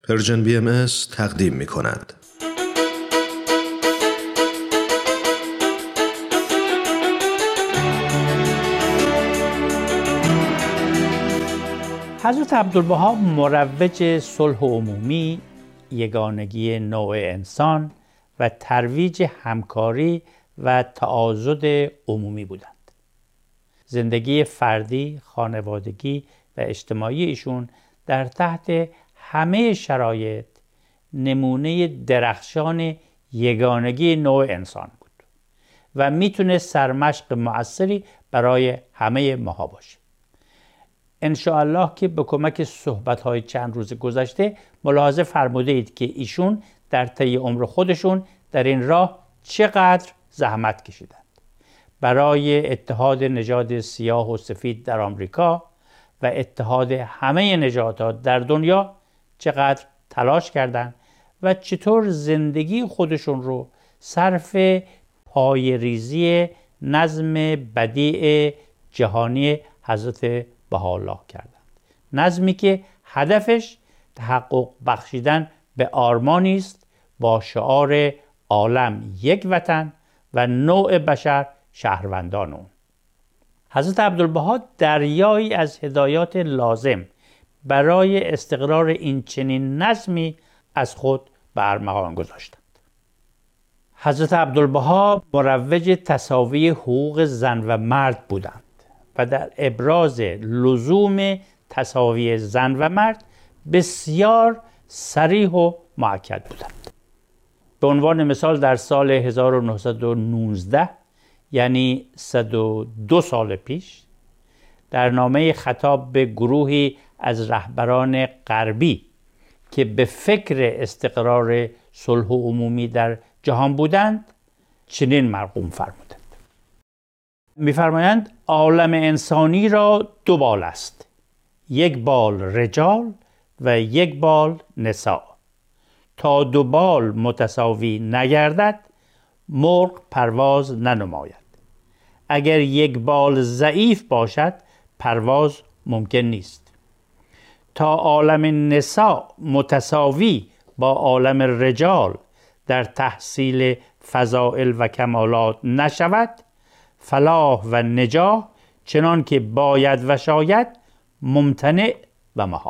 پرژن BMS تقدیم می کند. حضرت عبدالبها مروج صلح عمومی، یگانگی نوع انسان و ترویج همکاری و تعاضد عمومی بودند. زندگی فردی، خانوادگی و اجتماعی ایشون در تحت همه شرایط نمونه درخشان یگانگی نوع انسان بود و میتونه سرمشق مؤثری برای همه ماها باشه. انشاءالله که به کمک صحبت‌های چند روز گذشته ملاحظه فرموده اید که ایشون در طی عمر خودشون در این راه چقدر زحمت کشیدند. برای اتحاد نژاد سیاه و سفید در آمریکا و اتحاد همه نژادها در دنیا چقدر تلاش کردند و چطور زندگی خودشون رو صرف پایه‌ریزی نظم بدیع جهانی حضرت بهاءالله کردند. نظمی که هدفش تحقق بخشیدن به آرمانی است با شعار عالم یک وطن و نوع بشر شهروندان اون. حضرت عبدالبها دریایی از هدایات لازم برای استقرار این چنین نظمی از خود به ارمغان گذاشتند. حضرت عبدالبها مروج تساوی حقوق زن و مرد بودند و در ابراز لزوم تساوی زن و مرد بسیار صریح و مؤکد بودند. به عنوان مثال در سال 1919 یعنی 102 سال پیش در نامه خطاب به گروهی از رهبران غربی که به فکر استقرار صلح عمومی در جهان بودند چنین مرقوم فرمودند. می‌فرمایند عالم انسانی را دو بال است، یک بال رجال و یک بال نساء. تا دو بال متساوی نگردد مرغ پرواز ننماید. اگر یک بال ضعیف باشد پرواز ممکن نیست. تا عالم نساء متساوی با عالم رجال در تحصیل فضائل و کمالات نشود فلاح و نجاح چنان که باید و شاید ممتنع و محال.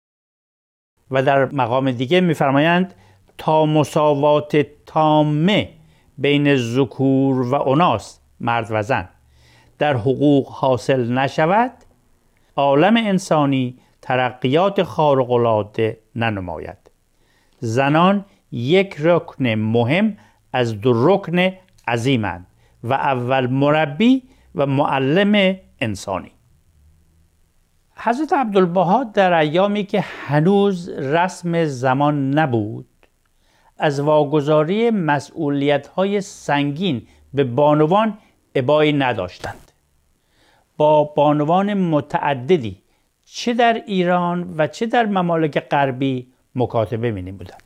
و در مقام دیگه می‌فرمایند تا مساوات تامه بین ذکور و اناث مرد و زن در حقوق حاصل نشود عالم انسانی ترقیات خارق‌العاده ننماید. زنان یک رکن مهم از دو رکن عظیمند و اول مربی و معلم انسانی. حضرت عبدالبها در ایامی که هنوز رسم زمان نبود از واگذاری مسئولیت‌های سنگین به بانوان ابایی نداشتند. با بانوان متعددی چه در ایران و چه در ممالک غربی مکاتبه می‌نمودند.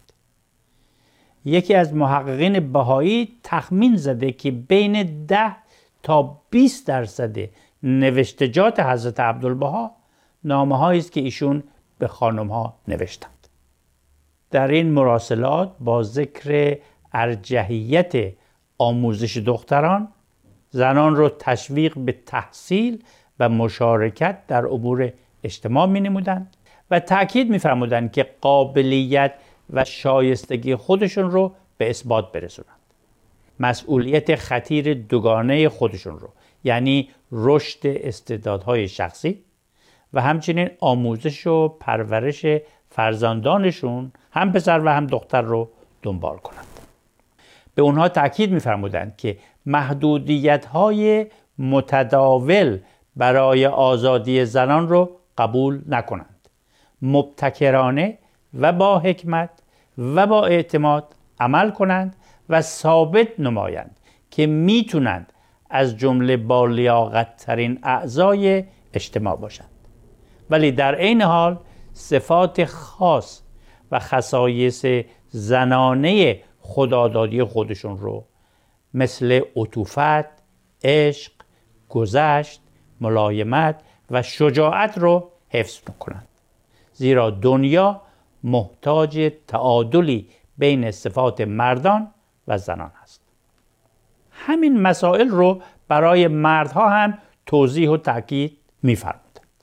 یکی از محققین بهایی تخمین زده که بین 10 تا 20% نوشتجات حضرت عبدالبها نامه‌هایی است که ایشون به خانم‌ها نوشتند. در این مراسلات با ذکر ارجحیت آموزش دختران، زنان رو تشویق به تحصیل و مشارکت در امور اجتماع می‌نمودند و تأکید می‌فرمودند که قابلیت و شایستگی خودشون رو به اثبات برسونند. مسئولیت خطیر دوگانه خودشون رو یعنی رشد استعدادهای شخصی و همچنین آموزش و پرورش فرزندانشون هم پسر و هم دختر رو دنبال کنند. به اونها تأکید می‌فرمودند که محدودیت‌های متداول برای آزادی زنان رو قبول نکنند. مبتکرانه و با حکمت و با اعتماد عمل کنند و ثابت نمایند که میتونند از جمله با لیاقت ترین اعضای اجتماع باشند، ولی در عین حال صفات خاص و خصایص زنانه خدادادی خودشون رو مثل عطوفت، عشق، گذشت، ملایمت و شجاعت رو حفظ میکنند. زیرا دنیا محتاج تعادلی بین صفات مردان و زنان است. همین مسائل رو برای مردها هم توضیح و تأکید می‌فرمودند.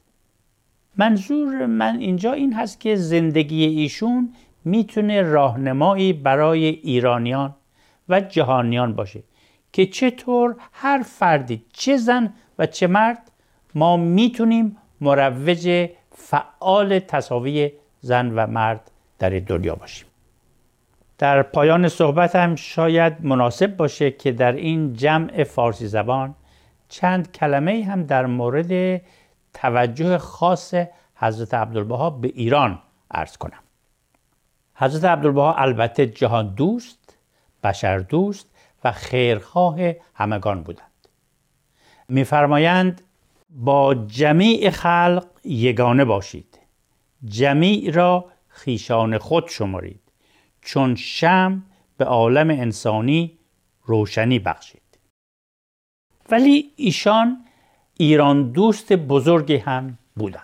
منظور من اینجا این هست که زندگی ایشون میتونه راهنمایی برای ایرانیان و جهانیان باشه که چطور هر فردی، چه زن و چه مرد، ما میتونیم مروج فعال تساوی زن و مرد در دنیا باشیم. در پایان صحبت هم شاید مناسب باشه که در این جمع فارسی زبان چند کلمه هم در مورد توجه خاص حضرت عبدالبها به ایران عرض کنم. حضرت عبدالبها البته جهان دوست، بشر دوست و خیرخواه همگان بودند. می‌فرمایند با جمیع خلق یگانه باشید، جمیع را خویشان خود شمارید، چون شمع به عالم انسانی روشنی بخشید. ولی ایشان ایران دوست بزرگی هم بودند.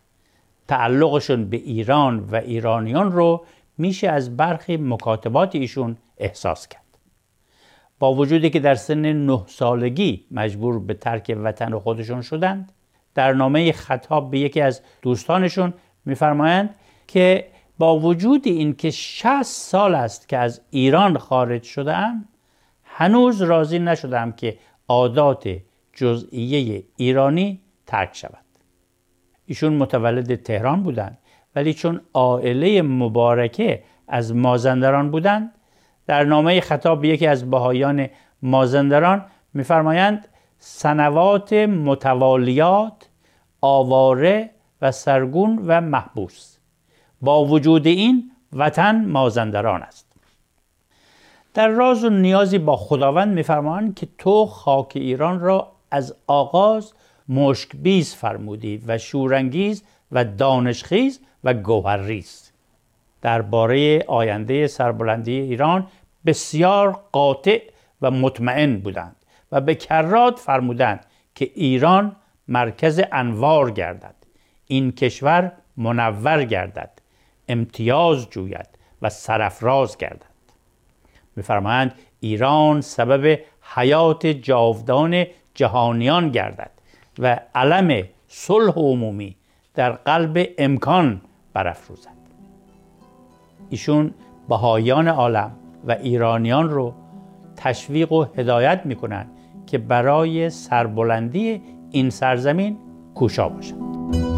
تعلقشون به ایران و ایرانیان رو میشه از برخی مکاتبات ایشون احساس کرد. با وجودی که در سن 9 سالگی مجبور به ترک وطن خودشون شدند، در نامه خطاب به یکی از دوستانشون میفرمایند که با وجود این که 60 سال است که از ایران خارج شدم، هنوز راضی نشدم که عادات جزئیه ایرانی ترک شود. ایشون متولد تهران بودند، ولی چون عائله مبارکه از مازندران بودند، در نامه خطاب به یکی از بهائیان مازندران می‌فرمایند سنوات متوالیات آواره و سرگون و محبوس، با وجود این وطن مازندران است. در راز و نیازی با خداوند می‌فرمایند که تو خاک ایران را از آغاز مشکبیز فرمودی و شورانگیز و دانشخیز و گوهرریز. درباره آینده سربلندی ایران بسیار قاطع و مطمئن بودند و به کرات فرمودند که ایران مرکز انوار گردد، این کشور منور گردد، امتیاز جوید و سرافراز گردد. می‌فرمایند ایران سبب حیات جاودان جهانیان گردد و علم صلح عمومی در قلب امکان برافروزد. ایشون بهائیان عالم و ایرانیان رو تشویق و هدایت میکنند که برای سربلندی این سرزمین کوشا باشند.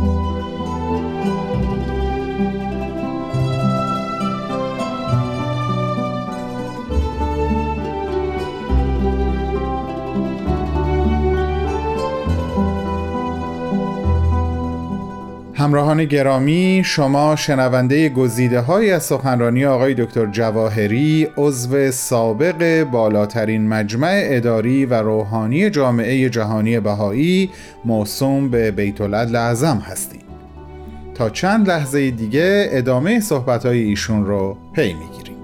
همراهان گرامی، شما شنونده گزیده‌هایی از سخنرانی آقای دکتر جواهری، عضو سابق بالاترین مجمع اداری و روحانی جامعه جهانی بهایی موسوم به بیت العدل اعظم هستید. تا چند لحظه دیگه ادامه صحبت‌های ایشون رو پی می‌گیریم.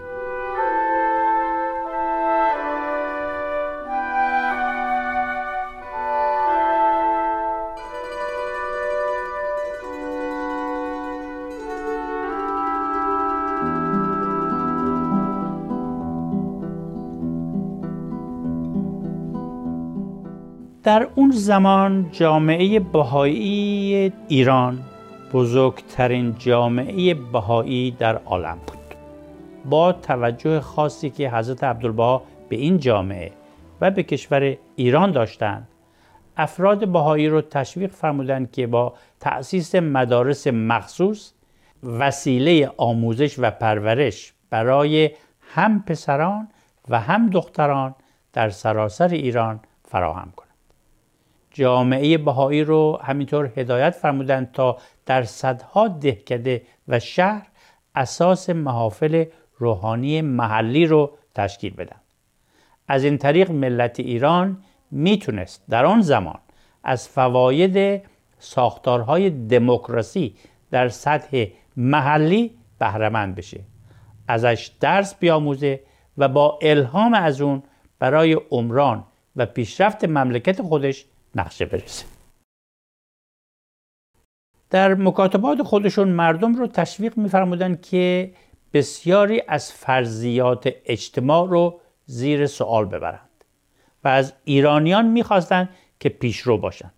در اون زمان جامعه بهایی ایران بزرگترین جامعه بهایی در عالم بود. با توجه خاصی که حضرت عبدالبها به این جامعه و به کشور ایران داشتند، افراد بهایی رو تشویق فرمودند که با تأسیس مدارس مخصوص وسیله آموزش و پرورش برای هم پسران و هم دختران در سراسر ایران فراهم کنند. جامعه بهایی رو همینطور هدایت فرمودند تا در صدها دهکده و شهر اساس محافل روحانی محلی رو تشکیل بدن. از این طریق ملت ایران میتونست در آن زمان از فواید ساختارهای دموکراسی در سطح محلی بهره‌مند بشه، ازش درس بیاموزه و با الهام از اون برای عمران و پیشرفت مملکت خودش نقشه برسه. در مکاتبات خودشون مردم رو تشویق می‌فرمودند که بسیاری از فرضیات اجتماع رو زیر سوال ببرند و از ایرانیان می‌خواستند که پیشرو باشند.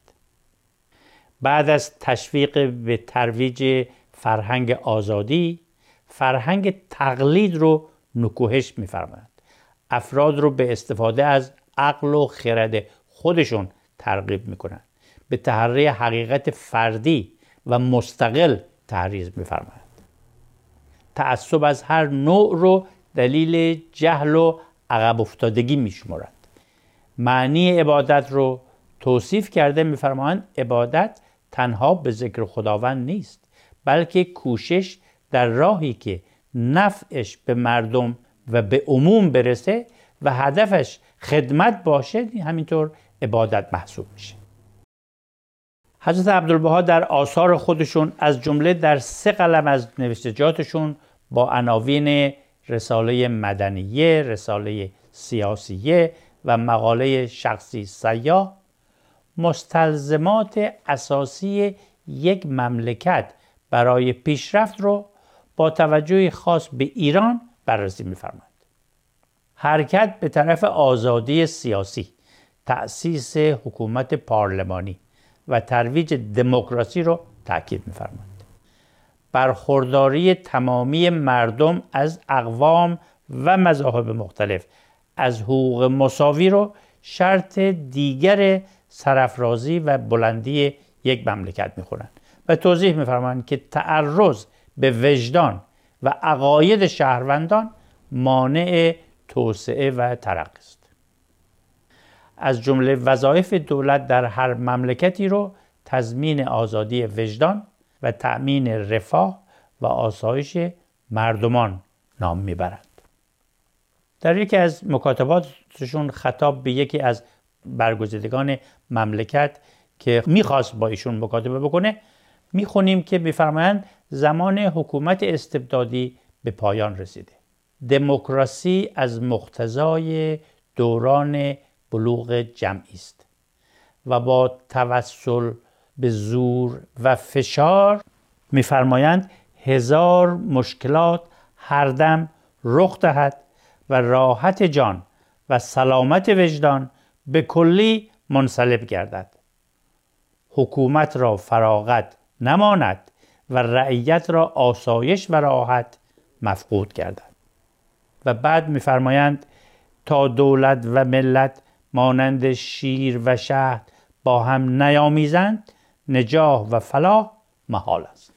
بعد از تشویق به ترویج فرهنگ آزادی، فرهنگ تقلید رو نکوهش می‌فرمایند. افراد رو به استفاده از عقل و خرد خودشون ترغیب می‌کنند. به تحری حقیقت فردی و مستقل تحریض می‌فرمایند. تعصب از هر نوع رو دلیل جهل و عقب افتادگی می‌شمارند. معنی عبادت رو توصیف کرده می‌فرمایند عبادت تنها به ذکر خداوند نیست، بلکه کوشش در راهی که نفعش به مردم و به عموم برسه و هدفش خدمت باشه همینطور عبادت محسوب میشه. حضرت عبدالبها در آثار خودشون از جمله در 3 قلم از نوشتجاتشون با عناوین رساله مدنیه، رساله سیاسیه و مقاله شخصی سیاه مستلزمات اساسی یک مملکت برای پیشرفت رو با توجه خاص به ایران بررسی می‌فرمایند. حرکت به طرف آزادی سیاسی، تأسیس حکومت پارلمانی و ترویج دموکراسی رو تأکید می‌فرمایند. برخورداری تمامی مردم از اقوام و مذاهب مختلف از حقوق مساوی رو شرط دیگر سرافرازی و بلندی یک مملکت می‌خونند و توضیح می‌فرمایند که تعرض به وجدان و عقاید شهروندان مانع توسعه و ترقی است. از جمله وظایف دولت در هر مملکتی رو تضمین آزادی وجدان و تأمین رفاه و آسایش مردمان نام میبرند. در یکی از مکاتباتشون خطاب به یکی از برگزیدگان مملکت که میخواست با ایشون مکاتبه بکنه میخونیم که میفرمایند زمان حکومت استبدادی به پایان رسیده. دموکراسی از مقتضای دوران بلوغ جمعی است و با توسل به زور و فشار میفرمایند 1000 مشکلات هر دم رخ دهد و راحت جان و سلامت وجدان به کلی منصلب گردد. حکومت را فراغت نماند و رعیت را آسایش و راحت مفقود گردد. و بعد می‌فرمایند تا دولت و ملت مانند شیر و شهد با هم نیامیزند نجاح و فلاح محال است.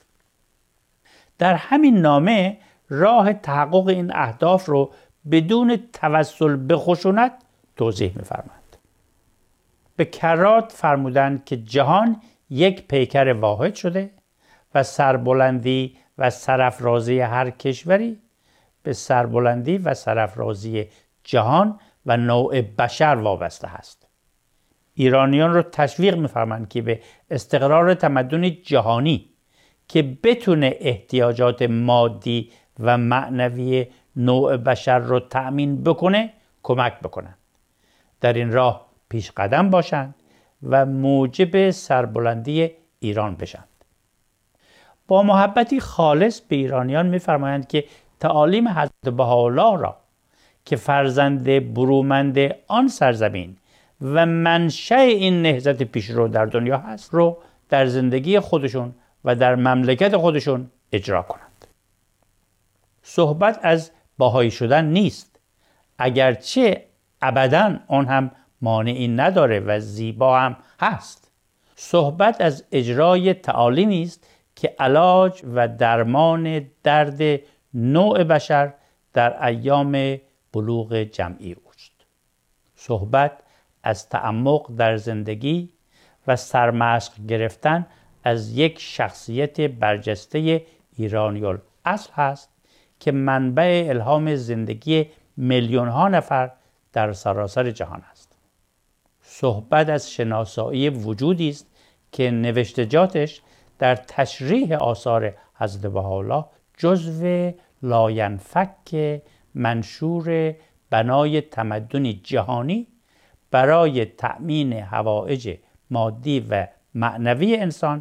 در همین نامه راه تحقق این اهداف رو بدون توسل به خشونت توضیح می‌فرمایند. به کرات فرمودند که جهان یک پیکر واحد شده و سربلندی و سرافرازی هر کشوری به سربلندی و سرافرازی جهان و نوع بشر وابسته است. ایرانیان رو تشویق می‌فرمایند که به استقرار تمدن جهانی که بتونه احتیاجات مادی و معنوی نوع بشر رو تأمین بکنه کمک بکنند. در این راه پیش قدم باشند و موجب سربلندی ایران بشند. با محبتی خالص به ایرانیان می‌فرمایند که تعالیم حضرت بهاءالله را که فرزند برومند آن سرزمین و منشأ این نهضت پیشرو در دنیا هست رو در زندگی خودشون و در مملکت خودشون اجرا کنند. صحبت از بهایی شدن نیست، اگرچه ابداً آن هم مانعی نداره و زیبا هم هست. صحبت از اجرای تعالیمی است که علاج و درمان درد نوع بشر در ایام بلوغ جمعی اوست. صحبت از تعمق در زندگی و سرمشق گرفتن از یک شخصیت برجسته ایرانی اصل هست که منبع الهام زندگی میلیون ها نفر در سراسر جهان است. صحبت از شناسایی وجودی است که نوشتجاتش در تشریح آثار حضرت بهاءالله جزو لاینفک منشور بنای تمدن جهانی برای تأمین حوائج مادی و معنوی انسان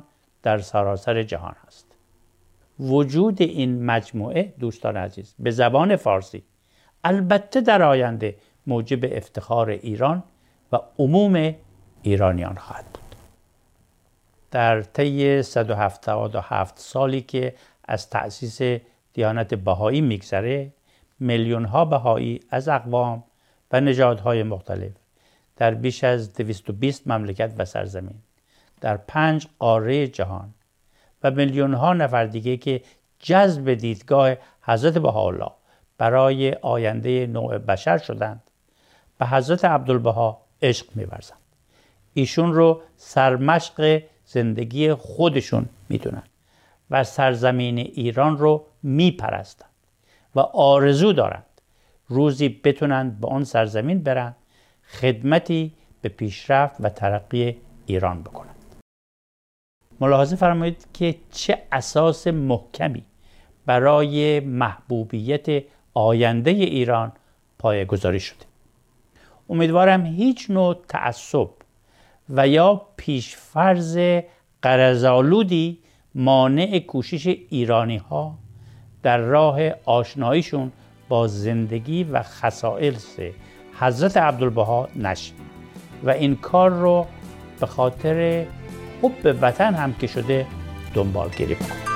در سراسر جهان است. وجود این مجموعه دوستان عزیز به زبان فارسی البته در آینده موجب افتخار ایران و عموم ایرانیان خواهد بود. در طی 177 سالی که از تأسیس دیانت بهایی میگذره، میلیون‌ها بهایی از اقوام و نژادهای مختلف در بیش از 220 مملکت و سرزمین در 5 قاره جهان و میلیون‌ها نفر دیگه که جذب دیدگاه حضرت بهاءالله برای آینده نوع بشر شدند، به حضرت عبدالبها عشق می‌ورزند. ایشون رو سرمشق زندگی خودشون میدونن و سرزمین ایران رو میپرستند و آرزو دارند روزی بتونند به اون سرزمین برن، خدمتی به پیشرفت و ترقی ایران بکنند. ملاحظه فرمایید که چه اساس محکمی برای محبوبیت آینده ایران پایه‌گذاری شده. امیدوارم هیچ نوع تعصب و یا پیشفرض غرض‌آلودی مانع کوشش ایرانی‌ها در راه آشناییشون با زندگی و خصائص حضرت عبدالبها نشه و این کار رو به خاطر حب وطن هم که شده دنبالگیری بکنه.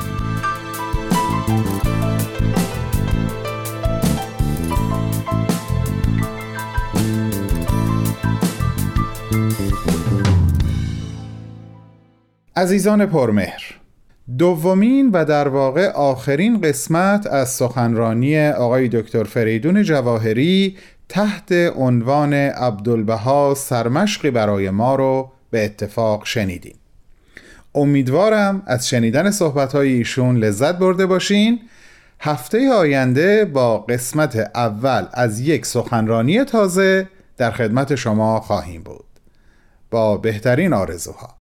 عزیزان پرمهر، دومین و در واقع آخرین قسمت از سخنرانی آقای دکتر فریدون جواهری تحت عنوان عبدالبها سرمشقی برای ما رو به اتفاق شنیدیم. امیدوارم از شنیدن صحبت‌های ایشون لذت برده باشین. هفته آینده با قسمت اول از یک سخنرانی تازه در خدمت شما خواهیم بود. با بهترین آرزوها.